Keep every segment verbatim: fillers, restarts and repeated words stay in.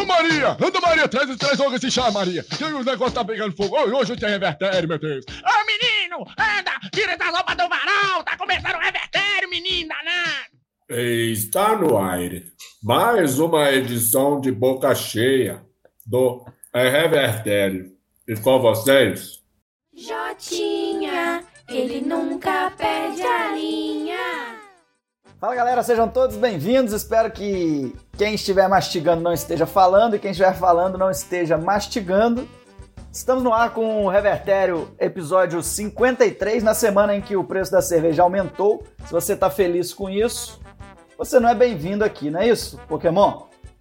Maria! Anda, Maria, traz, traz logo esse chá, Maria. Que o negócio tá pegando fogo. Hoje tem revertério, meu Deus. Ô, menino, anda, tira essa roupa do varal. Tá começando o revertério, menino danado. Está no ar mais uma edição de Boca Cheia do Revertério. E com vocês... Jotinha, ele nunca perde a linha. Fala, galera, sejam todos bem-vindos. Espero que quem estiver mastigando não esteja falando e quem estiver falando não esteja mastigando. Estamos no ar com o Revertério, episódio cinquenta e três, na semana em que o preço da cerveja aumentou. Se você está feliz com isso, você não é bem-vindo aqui, não é isso, Pokémon?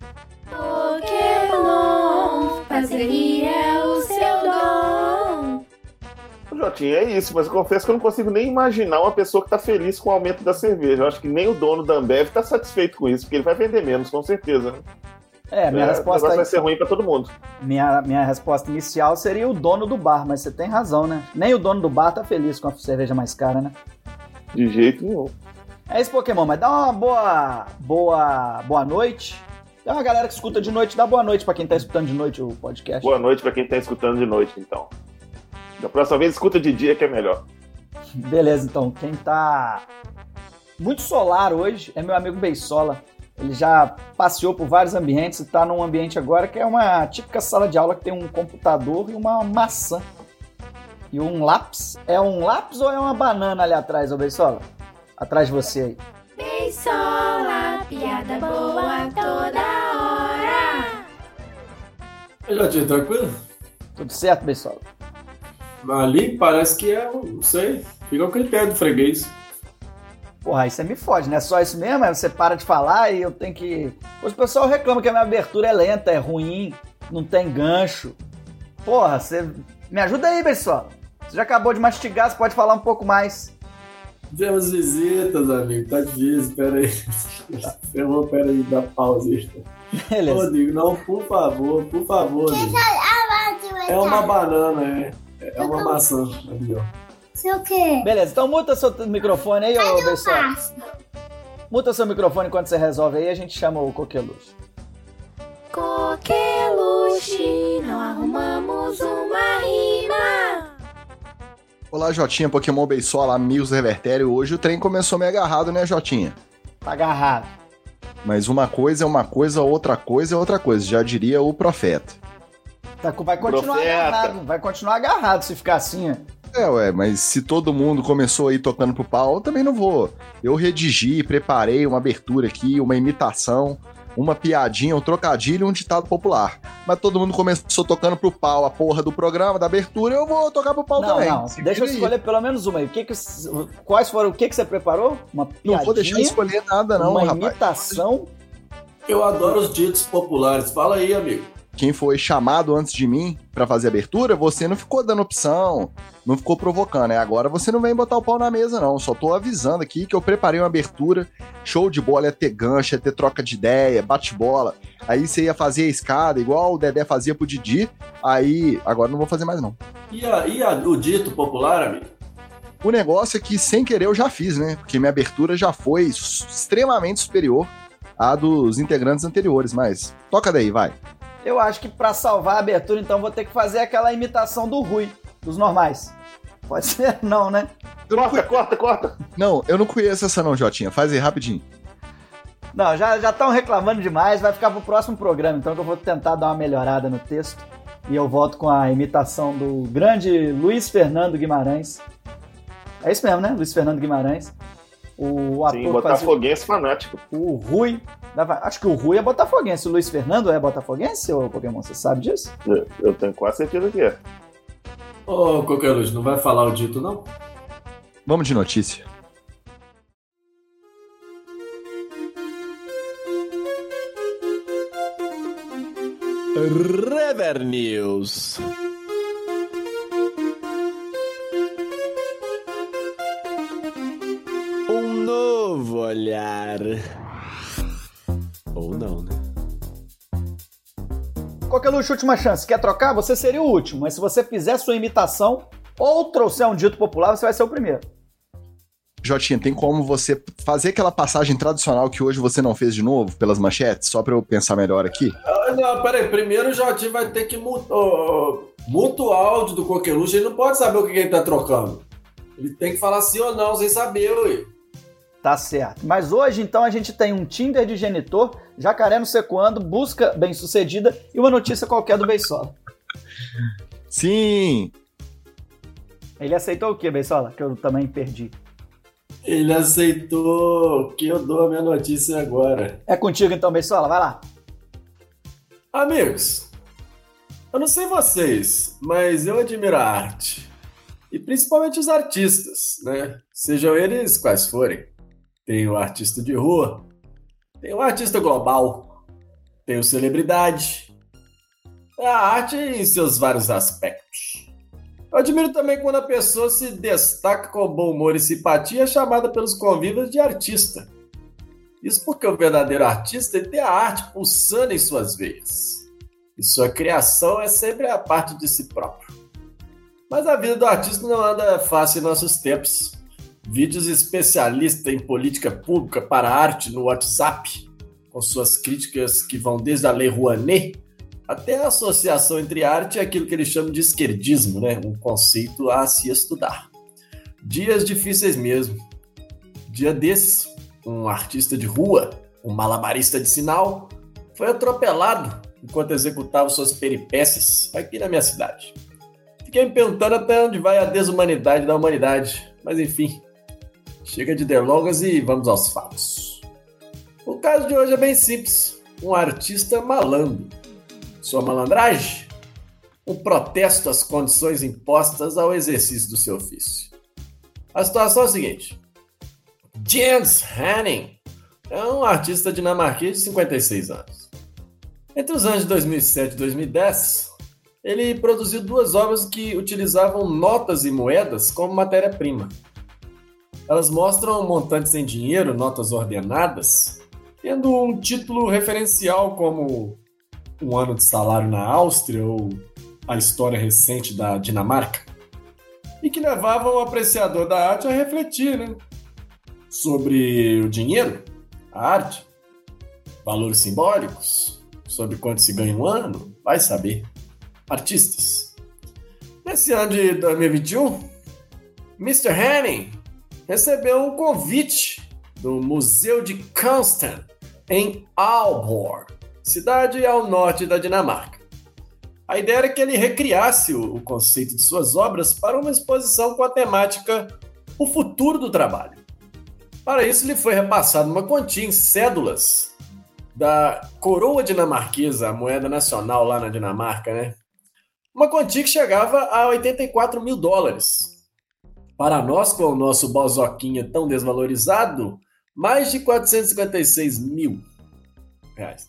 Pokémon, parceria é o seu dom. Jotinha, é isso, mas eu confesso que eu não consigo nem imaginar uma pessoa que tá feliz com o aumento da cerveja. Eu acho que nem o dono da Ambev tá satisfeito com isso, porque ele vai vender menos, com certeza. Né? É, minha é, resposta... O negócio vai ser ruim pra todo mundo. Minha, minha resposta inicial seria o dono do bar, mas você tem razão, né? Nem o dono do bar tá feliz com a cerveja mais cara, né? De jeito nenhum. É isso, Pokémon, mas dá uma boa, boa, boa noite. Tem uma galera que escuta de noite, dá boa noite pra quem tá escutando de noite o podcast. Boa noite pra quem tá escutando de noite, então. Da próxima vez, escuta de dia que é melhor. Beleza, então. Quem tá muito solar hoje é meu amigo Beisola. Ele já passeou por vários ambientes e tá num ambiente agora que é uma típica sala de aula que tem um computador e uma maçã. E um lápis. É um lápis ou é uma banana ali atrás, ô Beisola? Atrás de você aí. Beisola, piada boa toda hora. Já tinha tranquilo? Tudo certo, Beisola? Ali parece que é, não sei, fica o critério do freguês. Porra, aí você me fode, né? Só isso mesmo? Aí você para de falar e eu tenho que... Pois o pessoal reclama que a minha abertura é lenta, é ruim, não tem gancho. Porra, você... Me ajuda aí, pessoal. Você já acabou de mastigar, você pode falar um pouco mais. Temos visitas, amigo, tá difícil, peraí. Eu vou, peraí, dar pausa aí. Beleza. Rodrigo, não, por favor, por favor, amigo. É uma banana, é. É uma maçã, ali, ó. Sei o quê? Beleza, então muta seu microfone aí, ô Beisola. Muta seu microfone enquanto você resolve aí, a gente chama o Coqueluche. Coqueluche, não arrumamos uma rima. Olá, Jotinha, Pokémon Beisola, amigos do Revertério. Hoje o trem começou meio agarrado, né, Jotinha? Tá agarrado. Mas uma coisa é uma coisa, outra coisa é outra coisa, já diria o profeta. Tá, vai continuar Profeta. agarrado, vai continuar agarrado se ficar assim, ó. É, ué, mas se todo mundo começou aí tocando pro pau, eu também não vou. Eu redigi, preparei uma abertura aqui, uma imitação, uma piadinha, um trocadilho e um ditado popular. Mas todo mundo começou tocando pro pau a porra do programa, da abertura, eu vou tocar pro pau Não, também. não, deixa eu escolher pelo menos uma aí. O que que, quais foram, o que que você preparou? Uma piadinha? Não vou deixar escolher nada não, uma rapaz. imitação? Eu adoro os ditos populares, fala aí, amigo. Quem foi chamado antes de mim pra fazer a abertura, você não ficou dando opção, não ficou provocando, né? Agora você não vem botar o pau na mesa, não. Só tô avisando aqui que eu preparei uma abertura, show de bola, ia ter gancho, ia ter troca de ideia, bate-bola. Aí você ia fazer a escada, igual o Dedé fazia pro Didi. Aí, agora não vou fazer mais, não. E, a, e a, o dito popular, amigo? O negócio é que, sem querer, eu já fiz, né? Porque minha abertura já foi extremamente superior à dos integrantes anteriores, mas toca daí, vai. Eu acho que pra salvar a abertura, então, vou ter que fazer aquela imitação do Rui, dos normais. Pode ser? Não, né? Corta, corta, corta. Não, eu não conheço essa não, Jotinha. Faz aí, rapidinho. Não, já estão reclamando demais, vai ficar pro próximo programa, então que eu vou tentar dar uma melhorada no texto. E eu volto com a imitação do grande Luiz Fernando Guimarães. É isso mesmo, né? Luiz Fernando Guimarães. O ator Sim, botafoguense fanático. O Rui. Acho que o Rui é botafoguense. O Luiz Fernando é botafoguense, ô Pokémon? Você sabe disso? Eu, eu tenho quase certeza que é. Ô, Coqueluche, não vai falar o dito, não? Vamos de notícia. Rever News. Um novo olhar. Ou não, né? Coqueluche, última chance. Quer trocar? Você seria o último, mas se você fizer sua imitação ou trouxer um dito popular, você vai ser o primeiro. Jotinha, tem como você fazer aquela passagem tradicional que hoje você não fez de novo, pelas manchetes? Só pra eu pensar melhor aqui. Ah, não, peraí. Primeiro o Jotinha vai ter que mutar oh, muta o áudio do Coqueluche. Ele não pode saber o que ele tá trocando. Ele tem que falar sim ou não, sem saber, ué. Tá certo. Mas hoje, então, a gente tem um Tinder de genitor, jacaré no secoando, busca bem-sucedida e uma notícia qualquer do Beisola. Sim! Ele aceitou o quê, Beisola? Que eu também perdi. Ele aceitou que eu dou a minha notícia agora. É contigo então, Beisola, vai lá. Amigos, eu não sei vocês, mas eu admiro a arte. E principalmente os artistas, né? Sejam eles quais forem. Tem o artista de rua, tem o artista global, tem o celebridade. É a arte em seus vários aspectos. Eu admiro também quando a pessoa se destaca com bom humor e simpatia, é chamada pelos convivas de artista. Isso porque o verdadeiro artista ele tem a arte pulsando em suas veias. E sua criação é sempre a parte de si próprio. Mas a vida do artista não anda fácil em nossos tempos. Vídeos especialistas em política pública para a arte no WhatsApp, com suas críticas que vão desde a Lei Rouanet até a associação entre arte e aquilo que eles chamam de esquerdismo, né? Um conceito a se estudar. Dias difíceis mesmo. Dia desses, um artista de rua, um malabarista de sinal, foi atropelado enquanto executava suas peripécias aqui na minha cidade. Fiquei me perguntando até onde vai a desumanidade da humanidade, mas enfim, chega de delongas e vamos aos fatos. O caso de hoje é bem simples, um artista malandro. Sua malandragem? Um protesto às condições impostas ao exercício do seu ofício. A situação é a seguinte, Jens Henning é um artista dinamarquês de cinquenta e seis anos. Entre os anos de dois mil e sete e dois mil e dez, ele produziu duas obras que utilizavam notas e moedas como matéria-prima. Elas mostram montantes em dinheiro, notas ordenadas, tendo um título referencial como um ano de salário na Áustria ou a história recente da Dinamarca, e que levavam o apreciador da arte a refletir, né, sobre o dinheiro, a arte, valores simbólicos, sobre quanto se ganha um ano, vai saber. Artistas. Nesse ano de dois mil e vinte e um, mister Henning recebeu um convite do Museu de Kunsten em Aalborg, cidade ao norte da Dinamarca. A ideia era que ele recriasse o conceito de suas obras para uma exposição com a temática O Futuro do Trabalho. Para isso, lhe foi repassado uma quantia em cédulas da coroa dinamarquesa, a moeda nacional lá na Dinamarca, né? Uma quantia que chegava a oitenta e quatro mil dólares. Para nós, com o nosso bozoquinha tão desvalorizado, mais de quatrocentos e cinquenta e seis mil reais.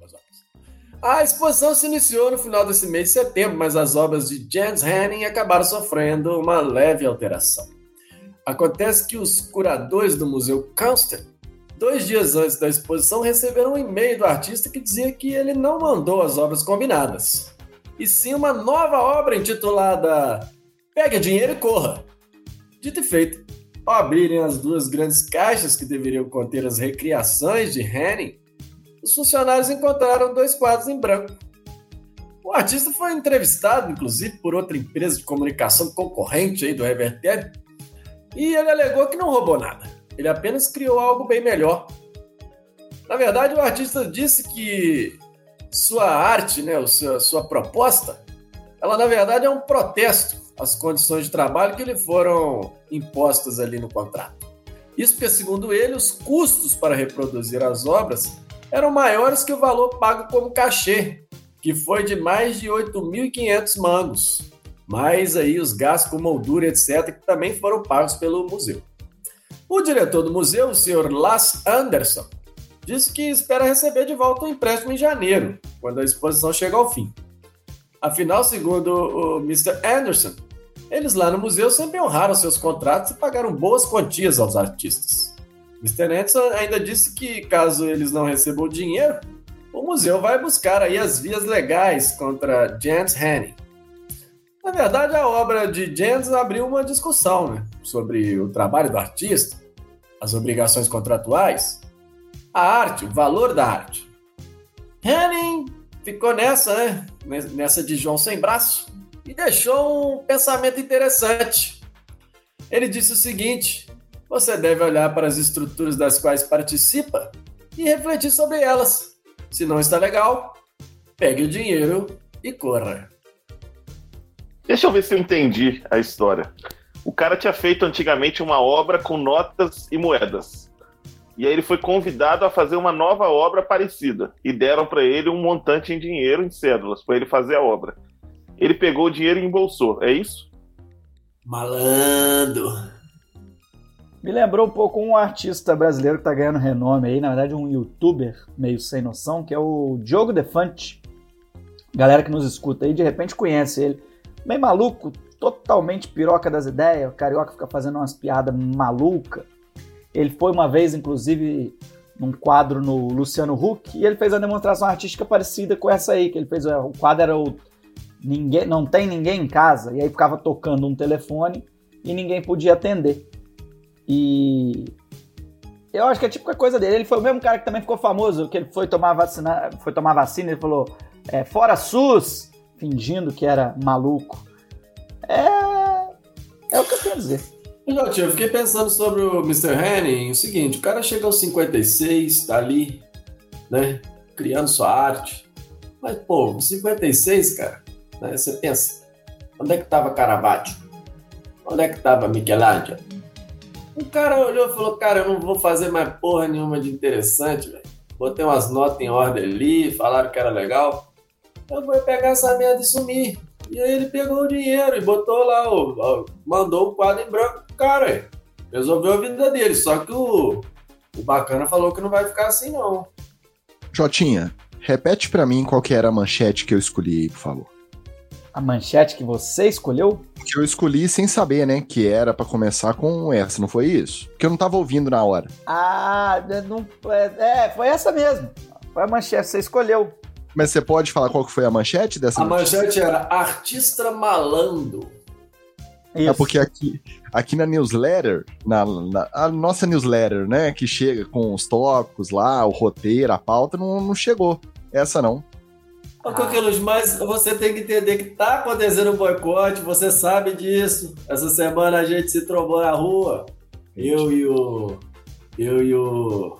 A exposição se iniciou no final desse mês de setembro, mas as obras de Jens Henning acabaram sofrendo uma leve alteração. Acontece que os curadores do Museu Kunsten, dois dias antes da exposição, receberam um e-mail do artista que dizia que ele não mandou as obras combinadas, e sim uma nova obra intitulada Pegue Dinheiro e Corra. Dito e feito, ao abrirem as duas grandes caixas que deveriam conter as recriações de Henning, os funcionários encontraram dois quadros em branco. O artista foi entrevistado, inclusive, por outra empresa de comunicação concorrente aí do Revertério, e ele alegou que não roubou nada. Ele apenas criou algo bem melhor. Na verdade, o artista disse que sua arte, né, sua, sua proposta, ela na verdade é um protesto às condições de trabalho que lhe foram impostas ali no contrato. Isso porque, segundo ele, os custos para reproduzir as obras eram maiores que o valor pago como cachê, que foi de mais de oito mil e quinhentos mangos, mais aí os gastos com moldura, etcétera, que também foram pagos pelo museu. O diretor do museu, o senhor Lars Andersson, disse que espera receber de volta o empréstimo em janeiro, quando a exposição chega ao fim. Afinal, segundo o mister Anderson, eles lá no museu sempre honraram seus contratos e pagaram boas quantias aos artistas. mister Anderson ainda disse que, caso eles não recebam o dinheiro, o museu vai buscar aí as vias legais contra Jens Henning. Na verdade, a obra de Jens abriu uma discussão, né, sobre o trabalho do artista, as obrigações contratuais, a arte, o valor da arte. Henning ficou nessa, né? Nessa de João sem braço e deixou um pensamento interessante. Ele disse o seguinte: você deve olhar para as estruturas das quais participa e refletir sobre elas. Se não está legal, pegue o dinheiro e corra. Deixa eu ver se eu entendi a história. O cara tinha feito antigamente uma obra com notas e moedas. E aí ele foi convidado a fazer uma nova obra parecida. E deram para ele um montante em dinheiro, em cédulas, para ele fazer a obra. Ele pegou o dinheiro e embolsou, é isso? Malandro. Me lembrou um pouco um artista brasileiro que tá ganhando renome aí, na verdade um youtuber meio sem noção, que é o Diogo Defante. Galera que nos escuta aí, de repente conhece ele. Meio maluco, totalmente piroca das ideias, o carioca fica fazendo umas piadas malucas. Ele foi uma vez, inclusive, num quadro no Luciano Huck, e ele fez uma demonstração artística parecida com essa aí, que ele fez, o quadro era o ninguém, Não Tem Ninguém em Casa, e aí ficava tocando um telefone e ninguém podia atender. E eu acho que é a típica coisa dele. Ele foi o mesmo cara que também ficou famoso, que ele foi tomar vacina, foi tomar vacina, ele falou, é, fora SUS, fingindo que era maluco. É, é o que eu quero dizer. Eu fiquei pensando sobre o mister Henning, o seguinte, o cara chega aos cinquenta e seis, tá ali, né, criando sua arte. Mas, pô, cinquenta e seis, cara, né, você pensa, onde é que tava Caravaggio? Onde é que tava Michelangelo? O cara olhou e falou, cara, eu não vou fazer mais porra nenhuma de interessante, velho. Botei umas notas em ordem ali, falaram que era legal. Eu vou pegar essa merda e sumir. E aí ele pegou o dinheiro e botou lá, o, o, mandou o quadro em branco pro cara, aí. Resolveu a vida dele, só que o, o bacana falou que não vai ficar assim, não. Jotinha, repete pra mim qual que era a manchete que eu escolhi aí, por favor. A manchete que você escolheu? Que eu escolhi sem saber, né, que era pra começar com essa, não foi isso? Que eu não tava ouvindo na hora. Ah, não, é, foi essa mesmo. Foi a manchete que você escolheu. Mas você pode falar qual que foi a manchete dessa A notícia? manchete era Artista Malandro. Isso. É porque aqui, aqui na newsletter, na, na a nossa newsletter, né, que chega com os tópicos lá, o roteiro, a pauta, não, não chegou. Essa não. Ô, Coqueluche, mas você tem que entender que tá acontecendo um boicote, você sabe disso. Essa semana a gente se trombou na rua. Eu e o... Eu e o...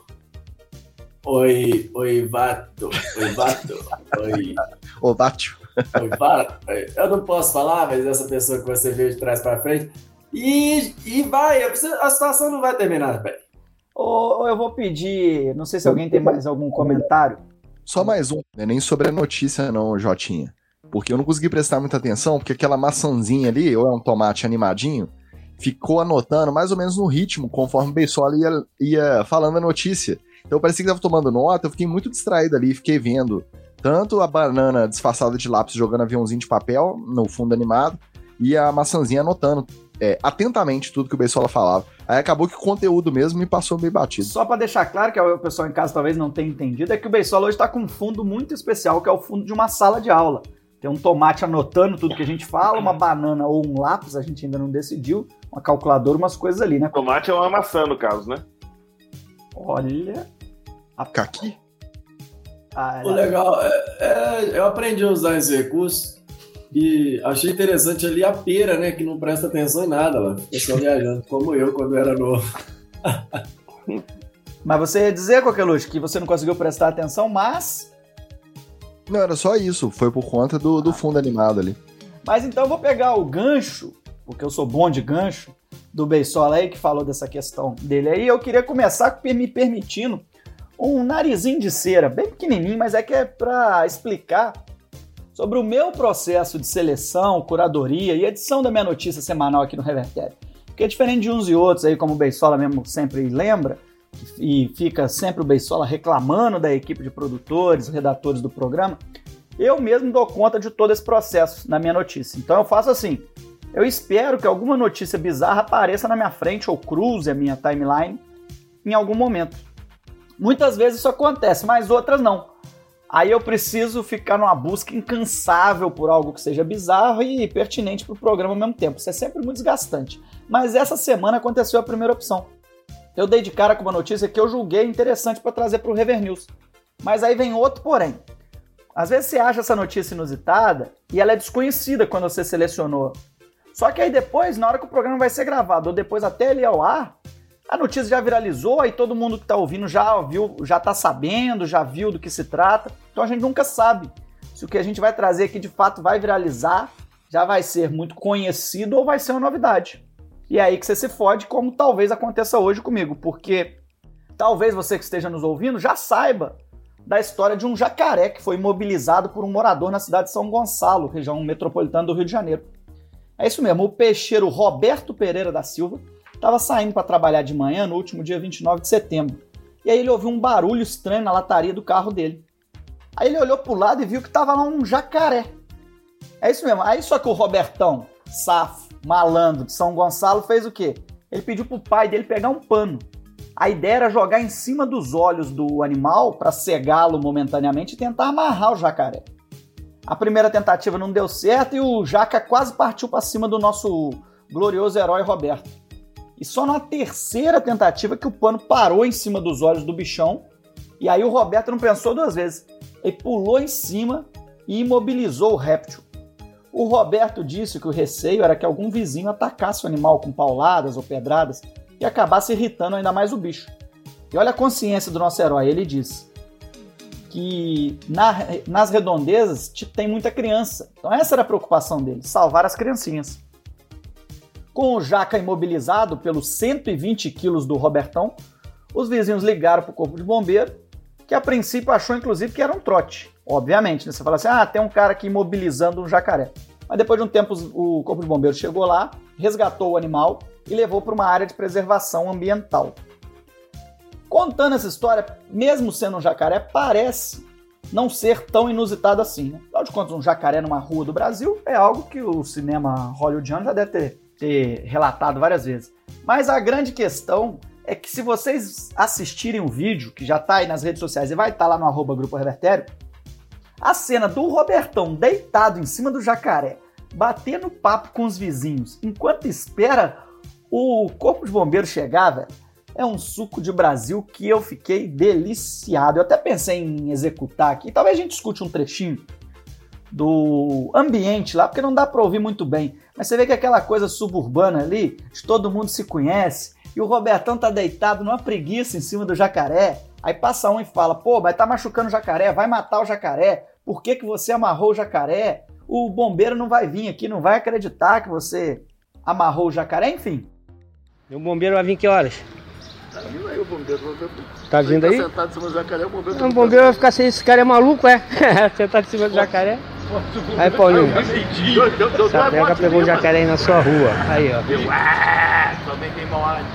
Oi, oi, Vato. Oi, Vato. Oi. Ô, Vato. Oi, Vato. Eu não posso falar, mas essa pessoa que você veio de trás pra frente. E, e vai, a situação não vai terminar, velho. Ou eu vou pedir, não sei se alguém tem mais algum comentário. Só mais um, não é nem sobre a notícia não, Jotinha. Porque eu não consegui prestar muita atenção, porque aquela maçãzinha ali, ou é um tomate animadinho, ficou anotando mais ou menos no ritmo, conforme o Beisola ia, ia falando a notícia. Então parecia que estava tomando nota, eu fiquei muito distraído ali, fiquei vendo tanto a banana disfarçada de lápis jogando aviãozinho de papel no fundo animado, e a maçãzinha anotando é, atentamente tudo que o Beisola falava. Aí acabou que o conteúdo mesmo me passou meio batido. Só para deixar claro, que o pessoal em casa talvez não tenha entendido, é que o Beisola hoje está com um fundo muito especial, que é o fundo de uma sala de aula. Tem um tomate anotando tudo que a gente fala, uma banana ou um lápis, a gente ainda não decidiu, uma calculadora, umas coisas ali, né? Tomate é uma maçã, no caso, né? Olha... A Caqui? Ah, o legal, é, é, eu aprendi a usar esse recurso e achei interessante ali a pera, né, que não presta atenção em nada, lá. Fica só viajando, como eu quando era novo. Mas você ia dizer, Coqueluche, que você não conseguiu prestar atenção, mas... Não, era só isso, foi por conta do, do fundo animado ali. Mas então eu vou pegar o gancho, porque eu sou bom de gancho, do Beisola aí, que falou dessa questão dele aí. Eu queria começar me permitindo um narizinho de cera, bem pequenininho, mas é que é para explicar sobre o meu processo de seleção, curadoria e edição da minha notícia semanal aqui no Revertério. Porque diferente de uns e outros aí, como o Beisola mesmo sempre lembra, e fica sempre o Beisola reclamando da equipe de produtores, redatores do programa, eu mesmo dou conta de todo esse processo na minha notícia. Então eu faço assim, eu espero que alguma notícia bizarra apareça na minha frente ou cruze a minha timeline em algum momento. Muitas vezes isso acontece, mas outras não. Aí eu preciso ficar numa busca incansável por algo que seja bizarro e pertinente para o programa ao mesmo tempo. Isso é sempre muito desgastante. Mas essa semana aconteceu a primeira opção. eu dei de cara com uma notícia que eu julguei interessante para trazer para o Rever News. Mas aí vem outro porém. Às vezes você acha essa notícia inusitada e ela é desconhecida quando você selecionou. Só que aí depois, na hora que o programa vai ser gravado, ou depois até ele ir ao ar, a notícia já viralizou, aí todo mundo que está ouvindo já viu, já está sabendo, já viu do que se trata. Então a gente nunca sabe se o que a gente vai trazer aqui de fato vai viralizar, já vai ser muito conhecido ou vai ser uma novidade. E é aí que você se fode, como talvez aconteça hoje comigo, porque talvez você que esteja nos ouvindo já saiba da história de um jacaré que foi imobilizado por um morador na cidade de São Gonçalo, região metropolitana do Rio de Janeiro. É isso mesmo, o peixeiro Roberto Pereira da Silva estava saindo para trabalhar de manhã no último dia vinte e nove de setembro. E aí ele ouviu um barulho estranho na lataria do carro dele. Aí ele olhou pro lado e viu que estava lá um jacaré. É isso mesmo. Aí só que o Robertão, safo, malandro de São Gonçalo, fez o quê? Ele pediu pro pai dele pegar um pano. A ideia era jogar em cima dos olhos do animal para cegá-lo momentaneamente e tentar amarrar o jacaré. A primeira tentativa não deu certo e o jaca quase partiu para cima do nosso glorioso herói Roberto. E só na terceira tentativa que o pano parou em cima dos olhos do bichão. E aí o Roberto não pensou duas vezes. Ele pulou em cima e imobilizou o réptil. O Roberto disse que o receio era que algum vizinho atacasse o animal com pauladas ou pedradas e acabasse irritando ainda mais o bicho. E olha a consciência do nosso herói. Ele diz que na, nas redondezas tem muita criança. Então essa era a preocupação dele, salvar as criancinhas. Com o jaca imobilizado pelos cento e vinte quilos do Robertão, os vizinhos ligaram para o corpo de bombeiro, que a princípio achou inclusive que era um trote. Obviamente, né? Você fala assim, ah, tem um cara aqui imobilizando um jacaré. Mas depois de um tempo o corpo de bombeiro chegou lá, resgatou o animal e levou para uma área de preservação ambiental. Contando essa história, mesmo sendo um jacaré, parece não ser tão inusitado assim, né? Afinal de contas, um jacaré numa rua do Brasil é algo que o cinema hollywoodiano já deve ter, ter relatado várias vezes. Mas a grande questão é que se vocês assistirem o vídeo, que já está aí nas redes sociais e vai estar tá lá no arroba Grupo Revertério, a cena do Robertão deitado em cima do jacaré, batendo papo com os vizinhos, enquanto espera o corpo de bombeiro chegar, velho, é um suco de Brasil que eu fiquei deliciado. Eu até pensei em executar aqui. Talvez a gente escute um trechinho do ambiente lá, porque não dá para ouvir muito bem. Mas você vê que aquela coisa suburbana ali, de todo mundo se conhece, e o Robertão tá deitado numa preguiça em cima do jacaré. Aí passa um e fala, pô, vai tá machucando o jacaré, vai matar o jacaré. Por que que você amarrou o jacaré? O bombeiro não vai vir aqui, não vai acreditar que você amarrou o jacaré, enfim. E o bombeiro vai vir que horas? Tá vindo aí o bombeiro. O bombeiro tá vindo aí? Tá sentado em cima do jacaré, o bombeiro... Não, o bombeiro vai ficar sem esse cara é maluco, é? Sentado em cima do jacaré. Aí, Paulinho, essa pega pegou o jacaré aí na sua rua. Aí, ó. Também tem mau ar.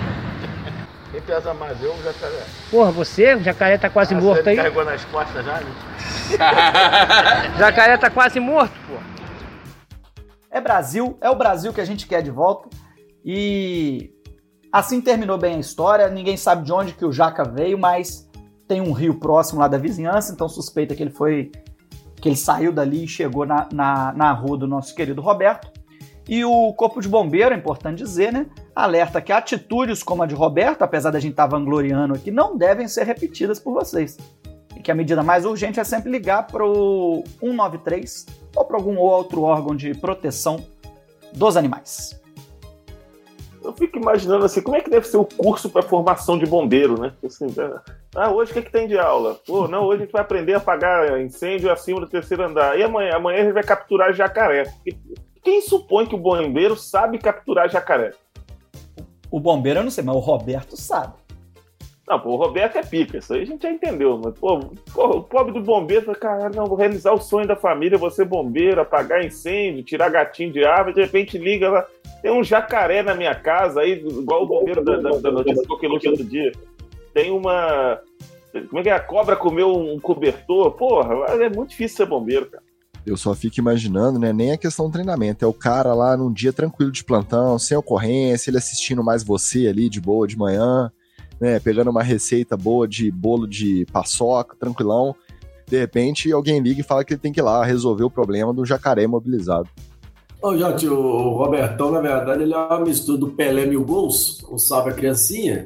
Quem pesa mais, eu ou o jacaré? Porra, você? O jacaré tá quase ah, morto ele aí. Carregou nas costas já, né? O jacaré tá quase morto, pô. É Brasil, é o Brasil que a gente quer de volta. E assim terminou bem a história. Ninguém sabe de onde que o jaca veio, mas tem um rio próximo lá da vizinhança, então suspeita que ele foi... que ele saiu dali e chegou na, na, na rua do nosso querido Roberto. E o Corpo de Bombeiro, é importante dizer, né, alerta que atitudes como a de Roberto, apesar da gente estar vangloriando aqui, não devem ser repetidas por vocês. E que a medida mais urgente é sempre ligar para o um nove três ou para algum outro órgão de proteção dos animais. Eu fico imaginando assim, como é que deve ser o curso para formação de bombeiro, né? Assim, ah, hoje o que, é que tem de aula? Pô, não, hoje a gente vai aprender a apagar incêndio acima do terceiro andar. E amanhã? Amanhã a gente vai capturar jacaré. Quem supõe que o bombeiro sabe capturar jacaré? O bombeiro eu não sei, mas o Roberto sabe. Não, pô, o Roberto é pica, isso aí a gente já entendeu. Mas, pô, pô o pobre do bombeiro fala, cara, não, vou realizar o sonho da família, vou ser bombeiro, apagar incêndio, tirar gatinho de árvore, de repente liga lá, tem um jacaré na minha casa, aí, igual o bombeiro da, da, da notícia que eu outro dia. Tem uma... Como é que é? A cobra comeu um cobertor. Porra, é muito difícil ser bombeiro, cara. Eu só fico imaginando, né? Nem a questão do treinamento. É o cara lá num dia tranquilo de plantão, sem ocorrência, ele assistindo mais você ali de boa de manhã, né? Pegando uma receita boa de bolo de paçoca, tranquilão. De repente, alguém liga e fala que ele tem que ir lá resolver o problema do jacaré imobilizado. Ô, gente, o Robertão, na verdade, ele é uma mistura do Pelé Mil Gols, um salve a criancinha,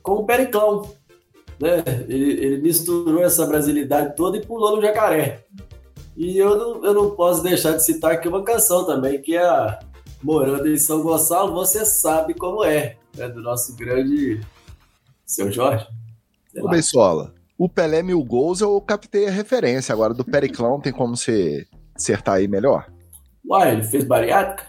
com o Periclão. Né? Ele, ele misturou essa brasilidade toda e pulou no jacaré. E eu não, eu não posso deixar de citar aqui uma canção também, que é a Morando em São Gonçalo, Você Sabe Como É, né? Do nosso grande Seu Jorge. Ô, Beisola, o Pelé Mil Gols eu captei a referência, agora do Periclão tem como você acertar aí melhor? Uai, ele fez bariátrica?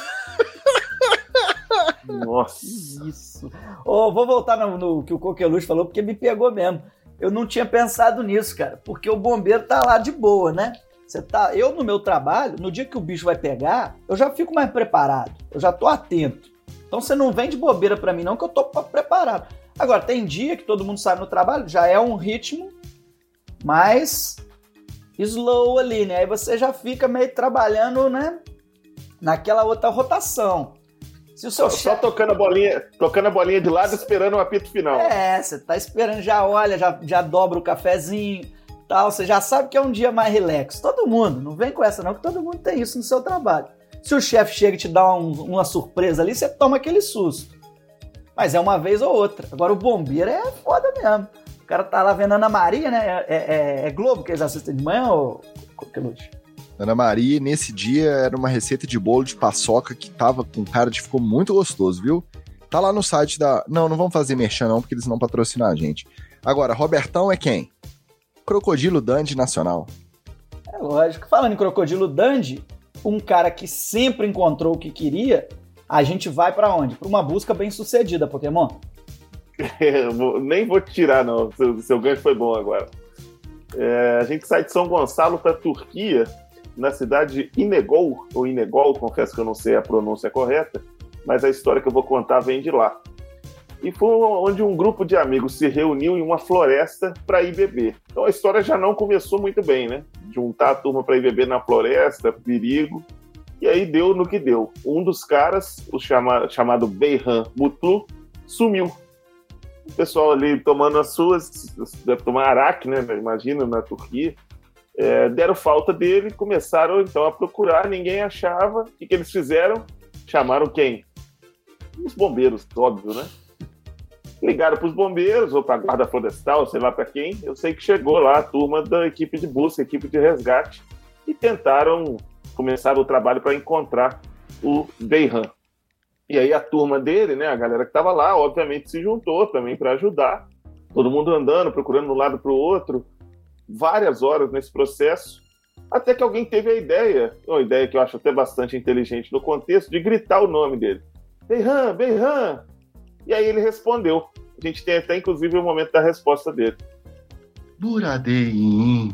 Nossa. Isso. Oh, vou voltar no, no que o Coqueluche falou, porque me pegou mesmo. Eu não tinha pensado nisso, cara, porque o bombeiro tá lá de boa, né? Você tá, eu no meu trabalho, no dia que o bicho vai pegar, eu já fico mais preparado, eu já tô atento. Então você não vem de bobeira pra mim não, que eu tô preparado. Agora, tem dia que todo mundo sai no trabalho, já é um ritmo mais slow ali, né? Aí você já fica meio trabalhando, né? Naquela outra rotação. Se o seu Só chefe... tocando a bolinha, tocando a bolinha de lado, esperando o apito final. É, você tá esperando, já olha, já, já dobra o cafezinho, tal, você já sabe que é um dia mais relax. Todo mundo, não vem com essa não, que todo mundo tem isso no seu trabalho. Se o chefe chega e te dá um, uma surpresa ali, você toma aquele susto. Mas é uma vez ou outra. Agora o bombeiro é foda mesmo. O cara tá lá vendo Ana Maria, né? É, é, é Globo que eles assistem de manhã, ou Coqueluche? Ana Maria, nesse dia, era uma receita de bolo de paçoca que tava com cara de ficou muito gostoso, viu? Tá lá no site da... Não, não vamos fazer merchan não, porque eles não patrocinam a gente. Agora, Robertão é quem? Crocodilo Dandy Nacional. É lógico. Falando em Crocodilo Dandy, um cara que sempre encontrou o que queria, a gente vai pra onde? Pra uma busca bem sucedida, Pokémon. É, vou, nem vou te tirar, não. Seu, seu gancho foi bom agora. É, a gente sai de São Gonçalo pra Turquia, na cidade de Inegol, ou Inegol, confesso que eu não sei a pronúncia correta, mas a história que eu vou contar vem de lá. E foi onde um grupo de amigos se reuniu em uma floresta para ir beber. Então a história já não começou muito bem, né? Juntar a turma para ir beber na floresta, perigo. E aí deu no que deu. Um dos caras, o chama, chamado Beyhan Mutlu, sumiu. O pessoal ali tomando as suas, deve tomar araque, né? Imagina, na Turquia. É, deram falta dele, começaram então a procurar, ninguém achava. O que, que eles fizeram? Chamaram quem? Os bombeiros, óbvio, né? Ligaram para os bombeiros, ou para a guarda florestal, sei lá para quem. Eu sei que chegou lá a turma da equipe de busca, a equipe de resgate, e tentaram começar o trabalho para encontrar o Beyhan. E aí a turma dele, né, a galera que estava lá, obviamente se juntou também para ajudar. Todo mundo andando, procurando de um lado para o outro. Várias horas nesse processo, até que alguém teve a ideia, uma ideia que eu acho até bastante inteligente no contexto, de gritar o nome dele. Beyhan, Beyhan! E aí ele respondeu. A gente tem até, inclusive, o momento da resposta dele. Buradeim.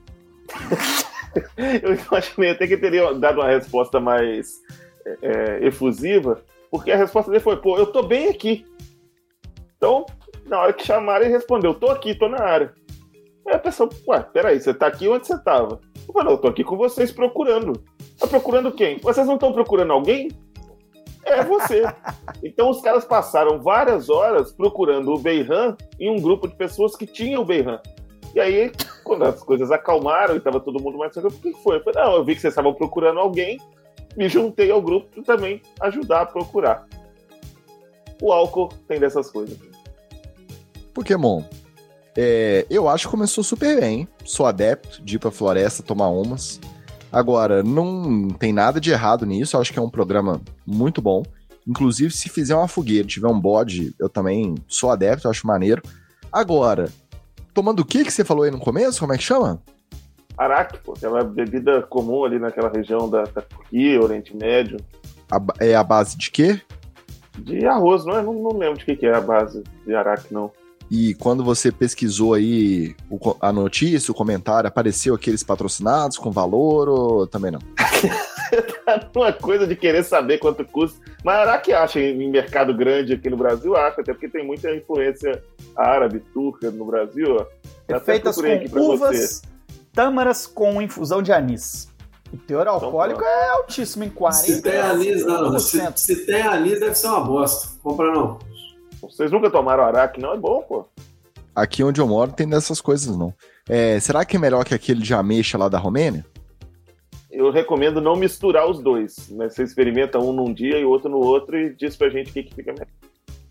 Eu imaginei até que teria dado uma resposta mais é, efusiva, porque a resposta dele foi, pô, eu tô bem aqui. Então, na hora que chamaram, ele respondeu, tô aqui, tô na área. Aí a pessoa, ué, peraí, você tá aqui onde você tava? Eu falei, não, eu tô aqui com vocês procurando. Tá procurando quem? Vocês não estão procurando alguém? É você. Então os caras passaram várias horas procurando o Beyhan em um grupo de pessoas que tinham o Beyhan. E aí, quando as coisas acalmaram e tava todo mundo mais tranquilo, o que foi? Eu falei, não, eu vi que vocês estavam procurando alguém, me juntei ao grupo para também ajudar a procurar. O álcool tem dessas coisas. Pokémon. É, eu acho que começou super bem. Sou adepto de ir pra floresta tomar umas. Agora, não tem nada de errado nisso. Eu acho que é um programa muito bom. Inclusive, se fizer uma fogueira, tiver um bode, eu também sou adepto, eu acho maneiro. Agora, tomando o que que você falou aí no começo? Como é que chama? Araque, pô, que é uma bebida comum ali naquela região da, da Turquia, Oriente Médio. A, é a base de quê? De arroz, não é? Não, não lembro de que, que é a base de araque, não. E quando você pesquisou aí o, a notícia, o comentário, apareceu aqueles patrocinados com valor ou também não? Tá uma coisa de querer saber quanto custa. Mas araque acha em mercado grande aqui no Brasil, acha, até porque tem muita influência árabe, turca no Brasil. Ó. É feitas com uvas, tâmaras com infusão de anis. O teor alcoólico então, é altíssimo, em quarenta por cento. Se tem anis, não. Se, se tem anis, deve ser uma bosta. Compra não. Vocês nunca tomaram araque, não? É bom, pô. Aqui onde eu moro tem dessas coisas, não. É, será que é melhor que aquele de ameixa lá da Romênia? Eu recomendo não misturar os dois. Né? Você experimenta um num dia e o outro no outro e diz pra gente o que, que fica melhor.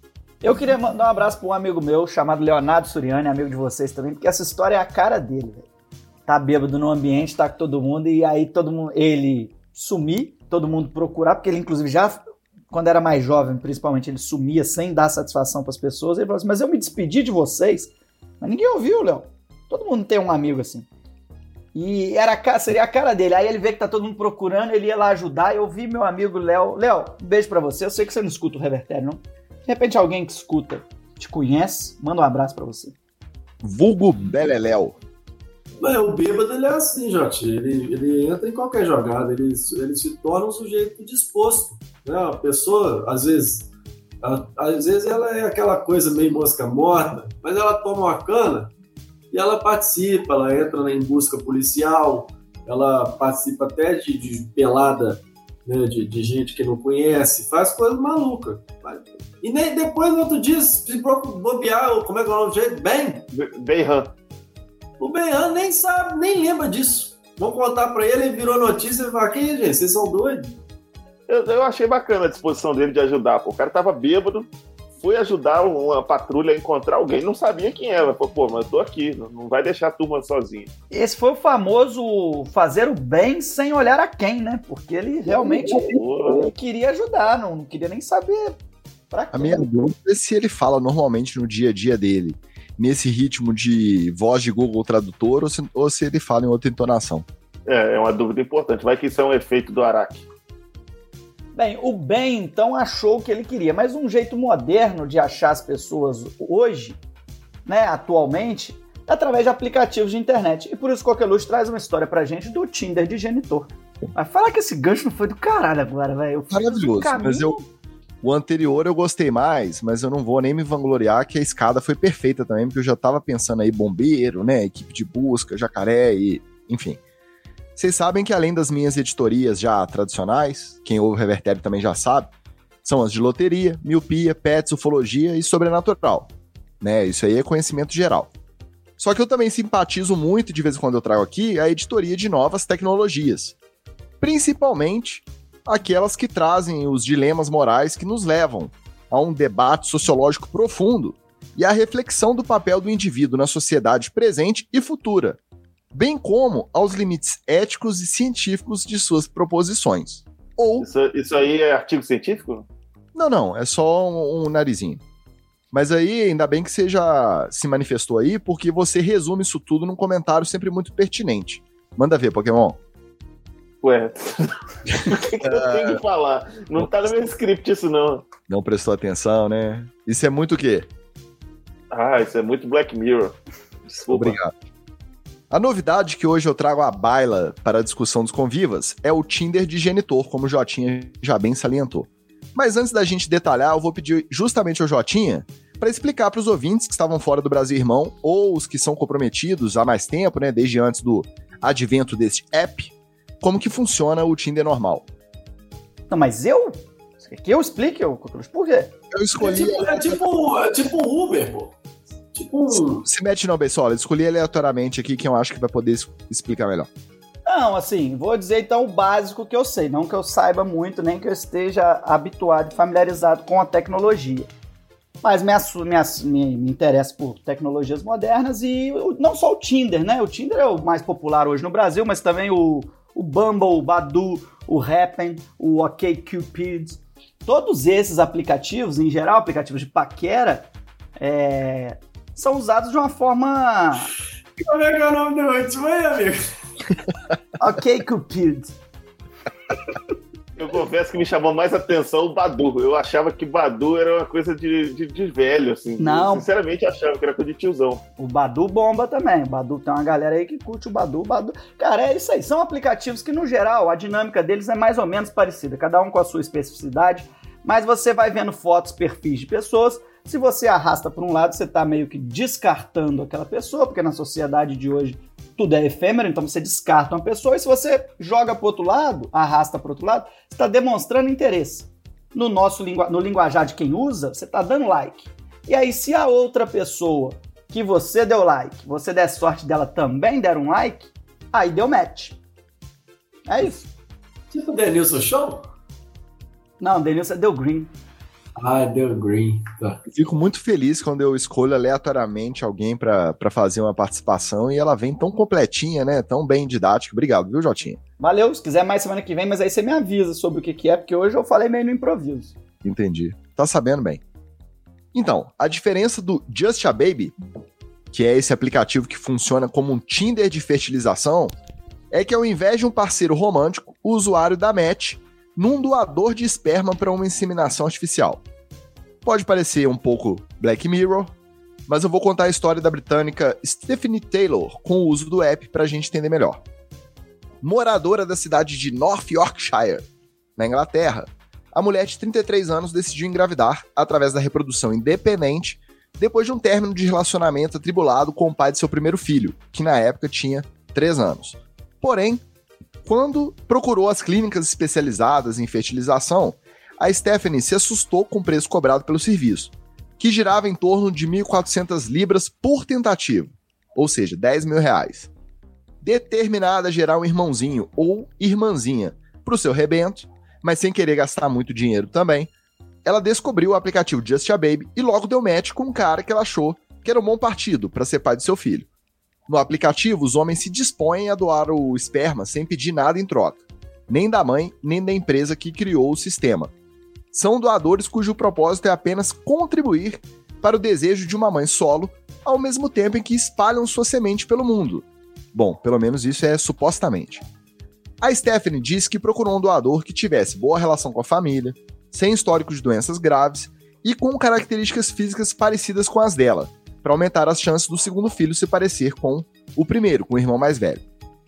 Eu queria mandar um abraço para um amigo meu chamado Leonardo Suriani, amigo de vocês também, porque essa história é a cara dele, velho. Tá bêbado no ambiente, tá com todo mundo, e aí todo mundo, ele sumir, todo mundo procurar, porque ele inclusive já, quando era mais jovem, principalmente, ele sumia sem dar satisfação pras pessoas. Ele falou assim, mas eu me despedi de vocês, mas ninguém ouviu, Léo. Todo mundo tem um amigo assim. E era, seria a cara dele. Aí ele vê que tá todo mundo procurando, ele ia lá ajudar. Eu vi meu amigo Léo. Léo, um beijo pra você. Eu sei que você não escuta o Revertério, não? De repente alguém que escuta te conhece, manda um abraço pra você. Vulgo Beleléu. Mas o bêbado, ele é assim, Jote. Ele, ele entra em qualquer jogada. Ele, ele se torna um sujeito disposto. Né? A pessoa, às vezes... A, às vezes ela é aquela coisa meio mosca morta, mas ela toma uma cana e ela participa, ela entra em busca policial, ela participa até de, de pelada, né, de, de gente que não conhece, faz coisa maluca. E nem depois, no outro dia, se bobear, como é que é o nome do jeito? Ben? Benhan. O Benhan nem sabe, nem lembra disso. Vão contar pra ele, ele virou notícia e vai, que gente, vocês são doidos? Eu, eu achei bacana a disposição dele de ajudar. Pô, o cara tava bêbado, foi ajudar uma patrulha a encontrar alguém, não sabia quem era. Pô, pô, mas eu tô aqui, não vai deixar a turma sozinha. Esse foi o famoso fazer o bem sem olhar a quem, né? Porque ele realmente ele queria ajudar, não, não queria nem saber pra quê. A minha dúvida é se ele fala normalmente no dia a dia dele, nesse ritmo de voz de Google Tradutor, ou se, ou se ele fala em outra entonação. É, é uma dúvida importante. Vai que isso é um efeito do Araque. Bem, o Ben, então, achou o que ele queria, mas um jeito moderno de achar as pessoas hoje, né, atualmente, é através de aplicativos de internet. E por isso, Coqueluche traz uma história pra gente do Tinder de genitor. Mas fala que esse gancho não foi do caralho agora, velho. Maravilhoso, caminho... mas eu... O anterior eu gostei mais, mas eu não vou nem me vangloriar que a escada foi perfeita também, porque eu já tava pensando aí bombeiro, né, equipe de busca, jacaré e... enfim... Vocês sabem que além das minhas editorias já tradicionais, quem ouve o Revertério também já sabe, são as de loteria, miopia, pets, ufologia e sobrenatural. Né? Isso aí é conhecimento geral. Só que eu também simpatizo muito, de vez em quando eu trago aqui, a editoria de novas tecnologias. Principalmente aquelas que trazem os dilemas morais que nos levam a um debate sociológico profundo e a reflexão do papel do indivíduo na sociedade presente e futura, bem como aos limites éticos e científicos de suas proposições. Ou... Isso, isso aí é artigo científico? Não, não, é só um, um narizinho. Mas aí, ainda bem que você já se manifestou aí, porque você resume isso tudo num comentário sempre muito pertinente. Manda ver, Pokémon. Ué, o que, que eu tenho que falar? Não tá no meu script isso, não. Não prestou atenção, né? Isso é muito o quê? Ah, isso é muito Black Mirror. Desculpa. Obrigado. A novidade que hoje eu trago à baila para a discussão dos convivas é o Tinder de genitor, como o Jotinha já bem salientou. Mas antes da gente detalhar, eu vou pedir justamente ao Jotinha para explicar para os ouvintes que estavam fora do Brasil Irmão, ou os que são comprometidos há mais tempo, né, desde antes do advento deste app, como que funciona o Tinder normal. Não, mas eu? Você quer que eu explique, eu, por quê? Eu escolhi... É tipo, é tipo, é tipo um Uber, pô. Tipo... Se mete não, Bessola. Eu escolhi aleatoriamente aqui quem eu acho que vai poder explicar melhor. Não, assim, vou dizer então o básico que eu sei. Não que eu saiba muito, nem que eu esteja habituado e familiarizado com a tecnologia. Mas me, me, me, me interessa por tecnologias modernas e não só o Tinder, né? O Tinder é o mais popular hoje no Brasil, mas também o, o Bumble, o Badoo, o Happn, o OkCupid. Todos esses aplicativos, em geral, aplicativos de paquera, é... são usados de uma forma... Como é que é o nome do último aí, amigo? OkCupid. Eu confesso que me chamou mais atenção o Badoo. Eu achava que Badoo era uma coisa de, de, de velho, assim. Não. Eu, sinceramente, achava que era coisa de tiozão. O Badoo bomba também. O Badoo tem uma galera aí que curte o Badoo. O Badoo... Cara, é isso aí. São aplicativos que, no geral, a dinâmica deles é mais ou menos parecida. Cada um com a sua especificidade. Mas você vai vendo fotos, perfis de pessoas. Se você arrasta para um lado, você está meio que descartando aquela pessoa, porque na sociedade de hoje tudo é efêmero, então você descarta uma pessoa, e se você joga para o outro lado, arrasta para o outro lado, você está demonstrando interesse. No nosso lingu... no linguajar de quem usa, você está dando like. E aí, se a outra pessoa que você deu like, você der sorte dela também der um like, aí deu match. É isso. Tipo o Denilson Show? Não, o Denilson deu green. Ah, deu green. Tá. Fico muito feliz quando eu escolho aleatoriamente alguém pra, pra fazer uma participação e ela vem tão completinha, né? Tão bem didática. Obrigado, viu, Jotinha? Valeu, se quiser mais semana que vem, mas aí você me avisa sobre o que, que é, porque hoje eu falei meio no improviso. Entendi. Tá sabendo bem. Então, a diferença do Just a Baby, que é esse aplicativo que funciona como um Tinder de fertilização, é que ao invés de um parceiro romântico, o usuário dá match num doador de esperma para uma inseminação artificial. Pode parecer um pouco Black Mirror, mas eu vou contar a história da britânica Stephanie Taylor com o uso do app para a gente entender melhor. Moradora da cidade de North Yorkshire, na Inglaterra, a mulher de trinta e três anos decidiu engravidar através da reprodução independente depois de um término de relacionamento atribulado com o pai de seu primeiro filho, que na época tinha três anos. Porém, quando procurou as clínicas especializadas em fertilização, a Stephanie se assustou com o preço cobrado pelo serviço, que girava em torno de mil e quatrocentas libras por tentativa, ou seja, dez mil reais. Determinada a gerar um irmãozinho ou irmãzinha para o seu rebento, mas sem querer gastar muito dinheiro também, ela descobriu o aplicativo Just a Baby e logo deu match com um cara que ela achou que era um bom partido para ser pai do seu filho. No aplicativo, os homens se dispõem a doar o esperma sem pedir nada em troca, nem da mãe, nem da empresa que criou o sistema. São doadores cujo propósito é apenas contribuir para o desejo de uma mãe solo, ao mesmo tempo em que espalham sua semente pelo mundo. Bom, pelo menos isso é supostamente. A Stephanie disse que procurou um doador que tivesse boa relação com a família, sem histórico de doenças graves e com características físicas parecidas com as dela, para aumentar as chances do segundo filho se parecer com o primeiro, com o irmão mais velho.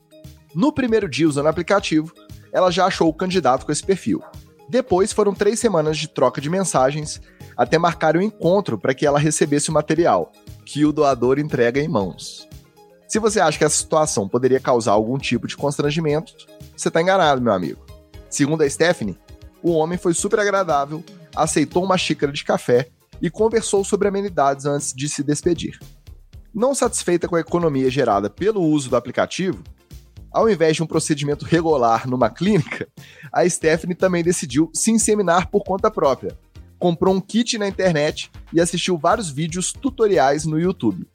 No primeiro dia usando o aplicativo, ela já achou o candidato com esse perfil. Depois foram três semanas de troca de mensagens até marcar um encontro para que ela recebesse o material, que o doador entrega em mãos. Se você acha que essa situação poderia causar algum tipo de constrangimento, você está enganado, meu amigo. Segundo a Stephanie, o homem foi super agradável, aceitou uma xícara de café e conversou sobre amenidades antes de se despedir. Não satisfeita com a economia gerada pelo uso do aplicativo, ao invés de um procedimento regular numa clínica, a Stephanie também decidiu se inseminar por conta própria. Comprou um kit na internet e assistiu vários vídeos tutoriais no YouTube.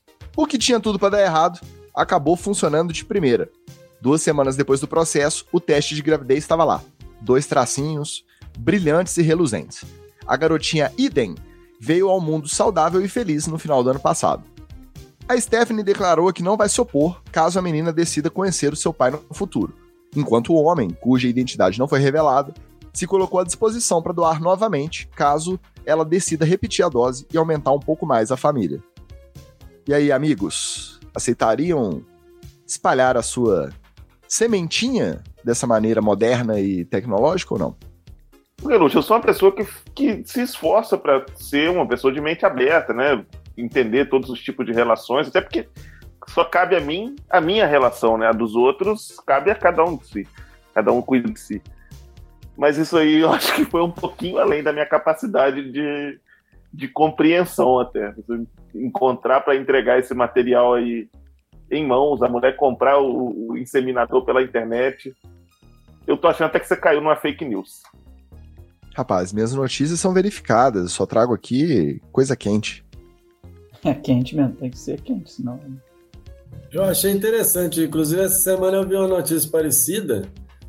O que tinha tudo para dar errado, acabou funcionando de primeira. Duas semanas depois do processo, o teste de gravidez estava lá. Dois tracinhos, brilhantes e reluzentes. A garotinha Eden veio ao mundo saudável e feliz no final do ano passado. A Stephanie declarou que não vai se opor caso a menina decida conhecer o seu pai no futuro, enquanto o homem, cuja identidade não foi revelada, se colocou à disposição para doar novamente caso ela decida repetir a dose e aumentar um pouco mais a família. E aí, amigos, aceitariam espalhar a sua sementinha dessa maneira moderna e tecnológica ou não? Leluche, eu sou uma pessoa que, que se esforça para ser uma pessoa de mente aberta, né? Entender todos os tipos de relações, até porque só cabe a mim a minha relação, né? A dos outros cabe a cada um de si. Cada um cuida de si. Mas isso aí eu acho que foi um pouquinho além da minha capacidade de, de compreensão até. Encontrar para entregar esse material aí em mãos, a mulher comprar o, o inseminador pela internet. Eu tô achando até que você caiu numa fake news. Rapaz, minhas notícias são verificadas, eu só trago aqui coisa quente. É quente mesmo, tem que ser quente, senão... Eu achei interessante, inclusive essa semana eu vi uma notícia parecida,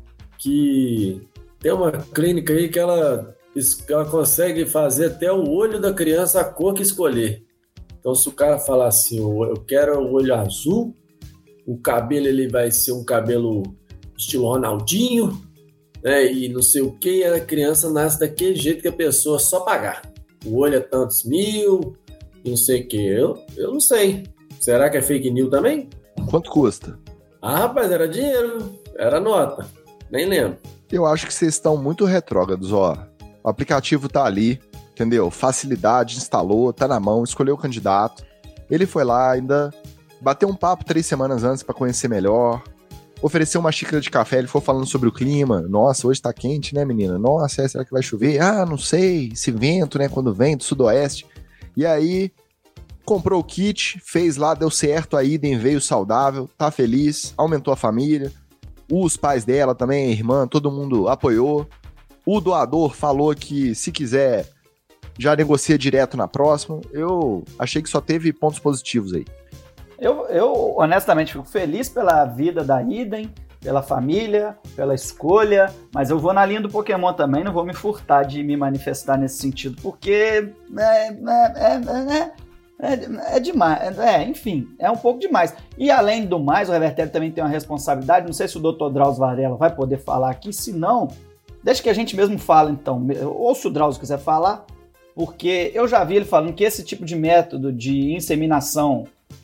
que tem uma clínica aí que ela, ela consegue fazer até o olho da criança a cor que escolher. Então se o cara falar assim, eu quero o olho azul, o cabelo ele vai ser um cabelo estilo Ronaldinho, né, e não sei o que, e a criança nasce daquele jeito que a pessoa só pagar. O olho é tantos mil, e não sei o que. Eu, eu não sei. Será que é fake news também? Quanto custa? Ah, rapaz, era dinheiro, era nota. Nem lembro. Eu acho que vocês estão muito retrógrados, ó. O aplicativo tá ali, entendeu? Facilidade, instalou, tá na mão, escolheu o candidato. Ele foi lá, ainda bateu um papo três semanas antes pra conhecer melhor. Ofereceu uma xícara de café, ele foi falando sobre o clima. Nossa, hoje tá quente, né, menina? Nossa, é, será que vai chover? Ah, não sei. Esse vento, né, quando vem do sudoeste. E aí, comprou o kit, fez lá, deu certo, a Eden veio saudável, tá feliz, aumentou a família. Os pais dela também, a irmã, todo mundo apoiou. O doador falou que se quiser já negocia direto na próxima. Eu achei que só teve pontos positivos aí. Eu, eu honestamente fico feliz pela vida da Iden, pela família, pela escolha, mas eu vou na linha do Pokémon também, não vou me furtar de me manifestar nesse sentido, porque é, é, é, é, é demais, é, enfim, é um pouco demais. E além do mais, o Revertério também tem uma responsabilidade, não sei se o doutor Drauzio Varela vai poder falar aqui, se não, deixa que a gente mesmo fala então, ou se o Drauzio quiser falar, porque eu já vi ele falando que esse tipo de método de inseminação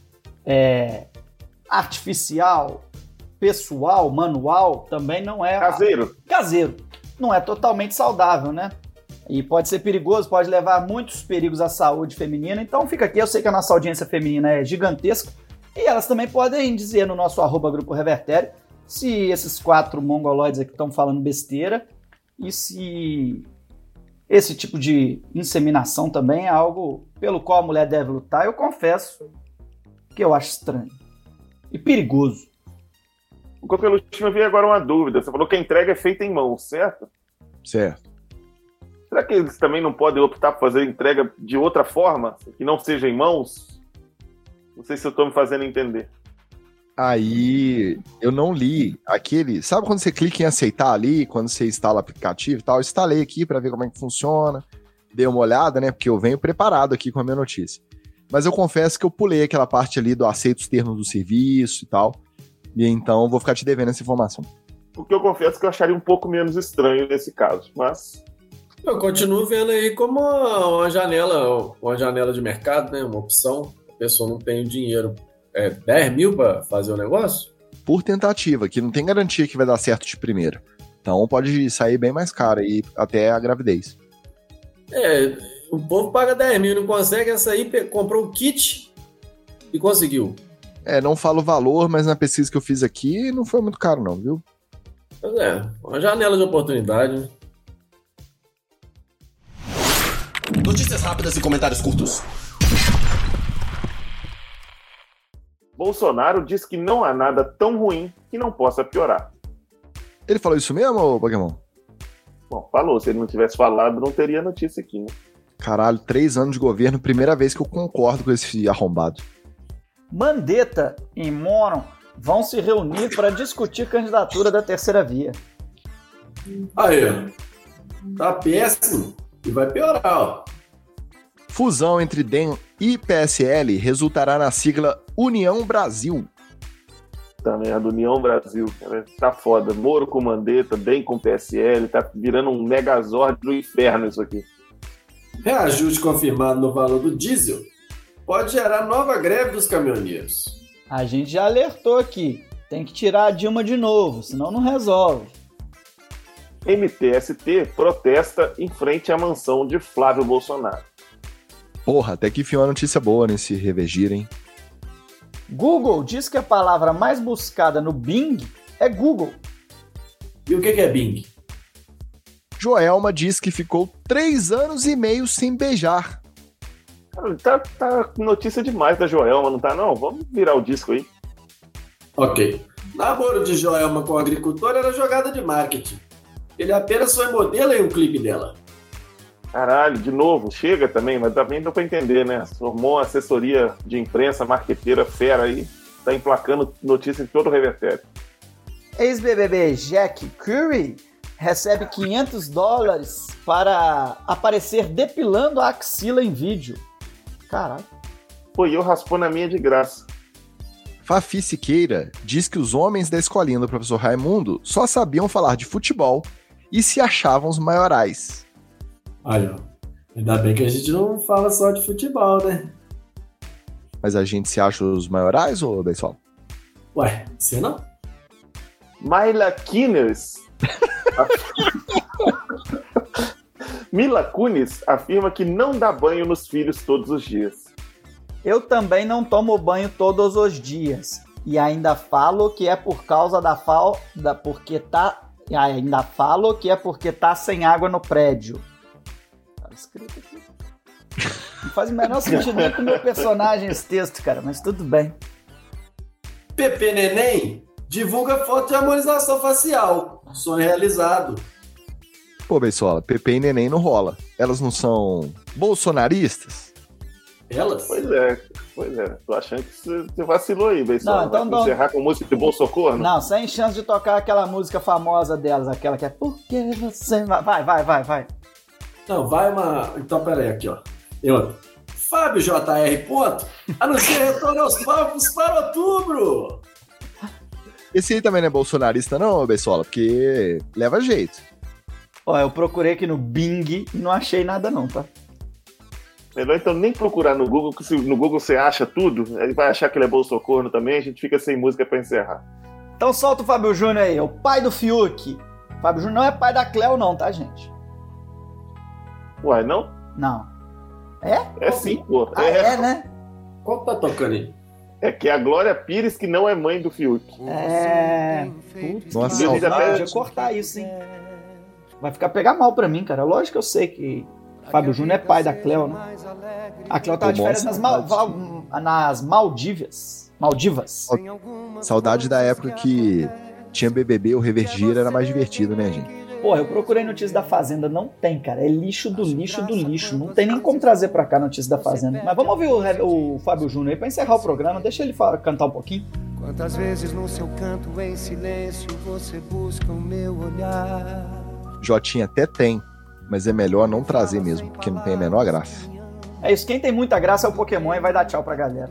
é, artificial, pessoal, manual, também não é... Caseiro. Caseiro. Não é totalmente saudável, né? E pode ser perigoso, pode levar muitos perigos à saúde feminina. Então fica aqui, eu sei que a nossa audiência feminina é gigantesca, e elas também podem dizer no nosso arroba Grupo Revertério se esses quatro mongoloides aqui estão falando besteira e se esse tipo de inseminação também é algo pelo qual a mulher deve lutar. Eu confesso que eu acho estranho e perigoso. O Coqueluche, me veio agora uma dúvida. Você falou que a entrega é feita em mãos, certo? Certo. Será que eles também não podem optar por fazer a entrega de outra forma, que não seja em mãos? Não sei se eu estou me fazendo entender. Aí, eu não li aquele... Sabe quando você clica em aceitar ali, quando você instala o aplicativo e tal? Eu instalei aqui para ver como é que funciona. Dei uma olhada, né? Porque eu venho preparado aqui com a minha notícia. Mas eu confesso que eu pulei aquela parte ali do aceito os termos do serviço e tal. E então vou ficar te devendo essa informação. Porque eu confesso que eu acharia um pouco menos estranho nesse caso, mas... Eu continuo vendo aí como uma janela, uma janela de mercado, né? Uma opção. A pessoa não tem dinheiro. É dez mil para fazer o negócio? Por tentativa, que não tem garantia que vai dar certo de primeira. Então pode sair bem mais caro aí até a gravidez. É, o povo paga dez mil, não consegue, essa aí comprou um kit e conseguiu. É, não falo o valor, mas na pesquisa que eu fiz aqui não foi muito caro não, viu? Pois é, uma janela de oportunidade, né? Notícias rápidas e comentários curtos. Bolsonaro diz que não há nada tão ruim que não possa piorar. Ele falou isso mesmo, Pokémon? Bom, falou. Se ele não tivesse falado, não teria notícia aqui, né? Caralho, três anos de governo, primeira vez que eu concordo com esse arrombado. Mandetta e Moron vão se reunir para discutir candidatura da terceira via. Aí, tá péssimo e vai piorar, ó. Fusão entre D E M e P S L resultará na sigla União Brasil. Também a do União Brasil, cara, tá foda. Moro com Mandetta, D E M com P S L, tá virando um megazord do inferno isso aqui. Reajuste confirmado no valor do diesel pode gerar nova greve dos caminhoneiros. A gente já alertou aqui, tem que tirar a Dilma de novo, senão não resolve. M T S T protesta em frente à mansão de Flávio Bolsonaro. Porra, até que enfim uma notícia boa nesse revergir, hein? Google diz que a palavra mais buscada no Bing é Google. E o que é Bing? Joelma diz que ficou três anos e meio sem beijar. Tá, tá notícia demais da Joelma, não tá não? Vamos virar o disco aí. Ok. Namoro de Joelma com o agricultor era jogada de marketing. Ele apenas foi modelo em um clipe dela. Caralho, de novo, chega também, mas também deu pra entender, né? Formou uma assessoria de imprensa, marqueteira fera aí, tá emplacando notícia em todo o revertério. Ex-B B B Jack Curry recebe quinhentos dólares para aparecer depilando a axila em vídeo. Caralho. Pô, e eu raspou na minha de graça. Fafi Siqueira diz que os homens da escolinha do professor Raimundo só sabiam falar de futebol e se achavam os maiorais. Olha, ainda bem que a gente não fala só de futebol, né? Mas a gente se acha os maiorais, ô Beisol? Ué, você não? Mila Kunis. Mila Kunis afirma que não dá banho nos filhos todos os dias. Eu também não tomo banho todos os dias. E ainda falo que é por causa da falta, porque tá... E ainda falo que é porque tá sem água no prédio. Escrito aqui. Não faz o menor sentido nem com o meu personagem esse texto, cara, mas tudo bem. Pepe Neném divulga foto de harmonização facial. Sonho realizado. Pô, Beisola, Pepe e Neném não rola. Elas não são bolsonaristas? Elas? Pois é, pois é. Tô achando que você vacilou aí, Beisola. Não, então Vai não. encerrar com música de Bolsocorno? Não, sem chance de tocar aquela música famosa delas, aquela que é Porque você... Vai, vai, vai, vai. Não, vai uma... Então, peraí, aqui, ó. Eu... Fábio J R. Ponto, anuncia retorno aos palcos para outubro. Esse aí também não é bolsonarista não, Beisola, porque leva jeito. Ó, eu procurei aqui no Bing e não achei nada não, tá? Melhor então nem procurar no Google, porque se no Google você acha tudo, ele vai achar que ele é Bolsocorno também, a gente fica sem música pra encerrar. Então solta o Fábio Júnior aí, o pai do Fiuk. O Fábio Júnior não é pai da Cleo não, tá, gente? Uai, não? Não. É? É sim, pô. Ah, é, é né? Qual que tá tocando aí? É que é a Glória Pires que não é mãe do Fiuk. É... Putz, Nossa, que saudade. maldade, podia cortar isso, hein? Vai ficar pegar mal pra mim, cara. Lógico que eu sei que Fábio Júnior é pai da Cleo, né? A Cleo tava de férias nas, Mal... Val... nas Maldivas. Maldivas. Saudade da época que tinha B B B, o Revergir era mais divertido, né, gente? Porra, eu procurei notícia da Fazenda, não tem, cara. É lixo do lixo do lixo. Não tem nem como trazer pra cá notícia da Fazenda. Mas vamos ouvir o, o Fábio Júnior aí pra encerrar o programa. Deixa ele falar, cantar um pouquinho. Quantas vezes no seu canto em silêncio você busca o meu olhar. Jotinha até tem, mas é melhor não trazer mesmo, porque não tem a menor graça. É isso, quem tem muita graça é o Pokémon e vai dar tchau pra galera.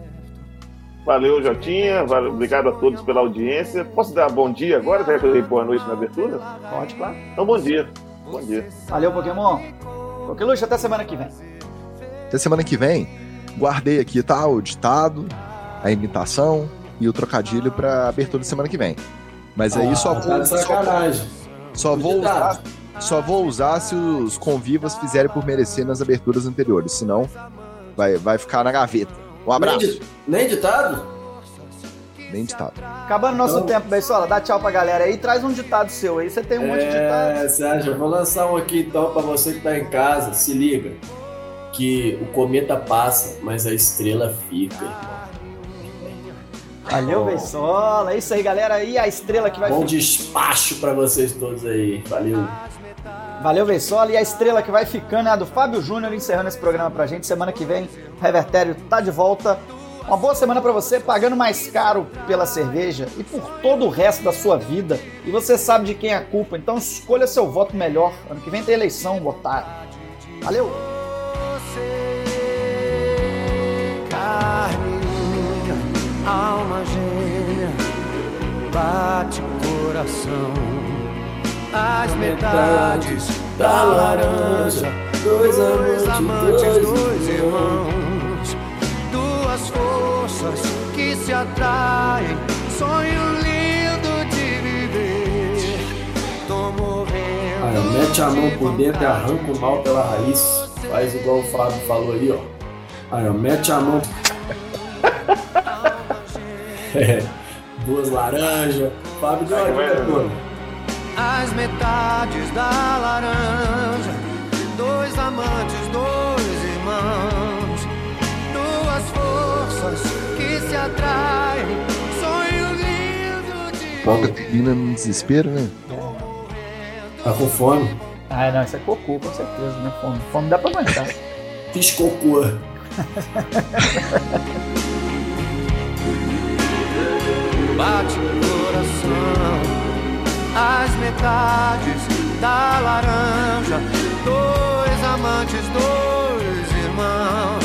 Valeu, Jotinha. Valeu, obrigado a todos pela audiência. Posso dar bom dia agora? Já que eu dei boa noite na abertura? Pode, claro. Então, bom dia. Bom dia. Valeu, Pokémon. Coqueluche, até semana que vem. Até semana que vem, guardei aqui, tá? O ditado, a imitação e o trocadilho pra abertura de semana que vem. Mas aí ah, só tá vou... de sacanagem. Só, só vou usar... Só vou usar se os convivas fizerem por merecer nas aberturas anteriores. Senão, vai, vai ficar na gaveta. Um abraço. Nem, nem ditado? Nem ditado. Acabando nosso então... tempo, Beisola, dá tchau pra galera aí. Traz um ditado seu aí. Você tem um é, monte de ditado. É, Sérgio, eu vou lançar um aqui então pra você que tá em casa. Se liga. Que o cometa passa, mas a estrela fica, irmão. Valeu, oh. Beisola. É isso aí, galera. E a estrela que vai... Bom despacho pra vocês todos aí. Valeu. Valeu, Beisola. E a estrela que vai ficando é a do Fábio Júnior, encerrando esse programa pra gente. Semana que vem, o Revertério tá de volta. Uma boa semana pra você, pagando mais caro pela cerveja e por todo o resto da sua vida. E você sabe de quem é a culpa, então escolha seu voto melhor. Ano que vem tem eleição, otário. Valeu! Carne, alma gêmea, bate coração. As metades da laranja, dois amantes, amantes dois irmãos, duas forças que se atraem, sonho lindo de viver. Tô morrendo. Aí, mete a mão por dentro e arranca o mal pela raiz. Faz igual o Fábio falou aí, ó. Aí, ó, mete a mão. É, duas laranjas. Fábio deu uma dica toda. As metades da laranja, dois amantes, dois irmãos, duas forças que se atraem, sonho lindo de... Boca termina no desespero, né? Tá com fome? Ah, não, isso é cocô, com certeza, né? Fome, fome dá pra aguentar. Fiz cocô. Bate o coração, as metades da laranja, dois amantes, dois irmãos,